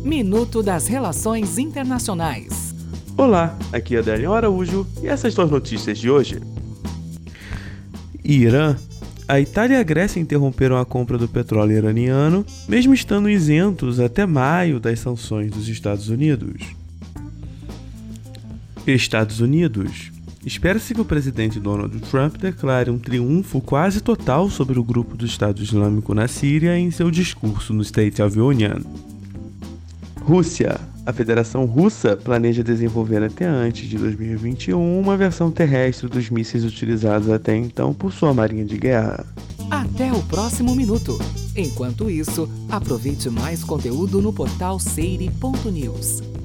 Minuto das Relações Internacionais. Olá, aqui é Adélio Araújo e essas são as notícias de hoje. Irã. A Itália e a Grécia interromperam a compra do petróleo iraniano, mesmo estando isentos até maio das sanções dos Estados Unidos. Estados Unidos. Espera-se que o presidente Donald Trump declare um triunfo quase total sobre o grupo do Estado Islâmico na Síria em seu discurso no State of the Union. Rússia. A Federação Russa planeja desenvolver até antes de 2021 uma versão terrestre dos mísseis utilizados até então por sua marinha de guerra. Até o próximo minuto. Enquanto isso, aproveite mais conteúdo no portal seire.news.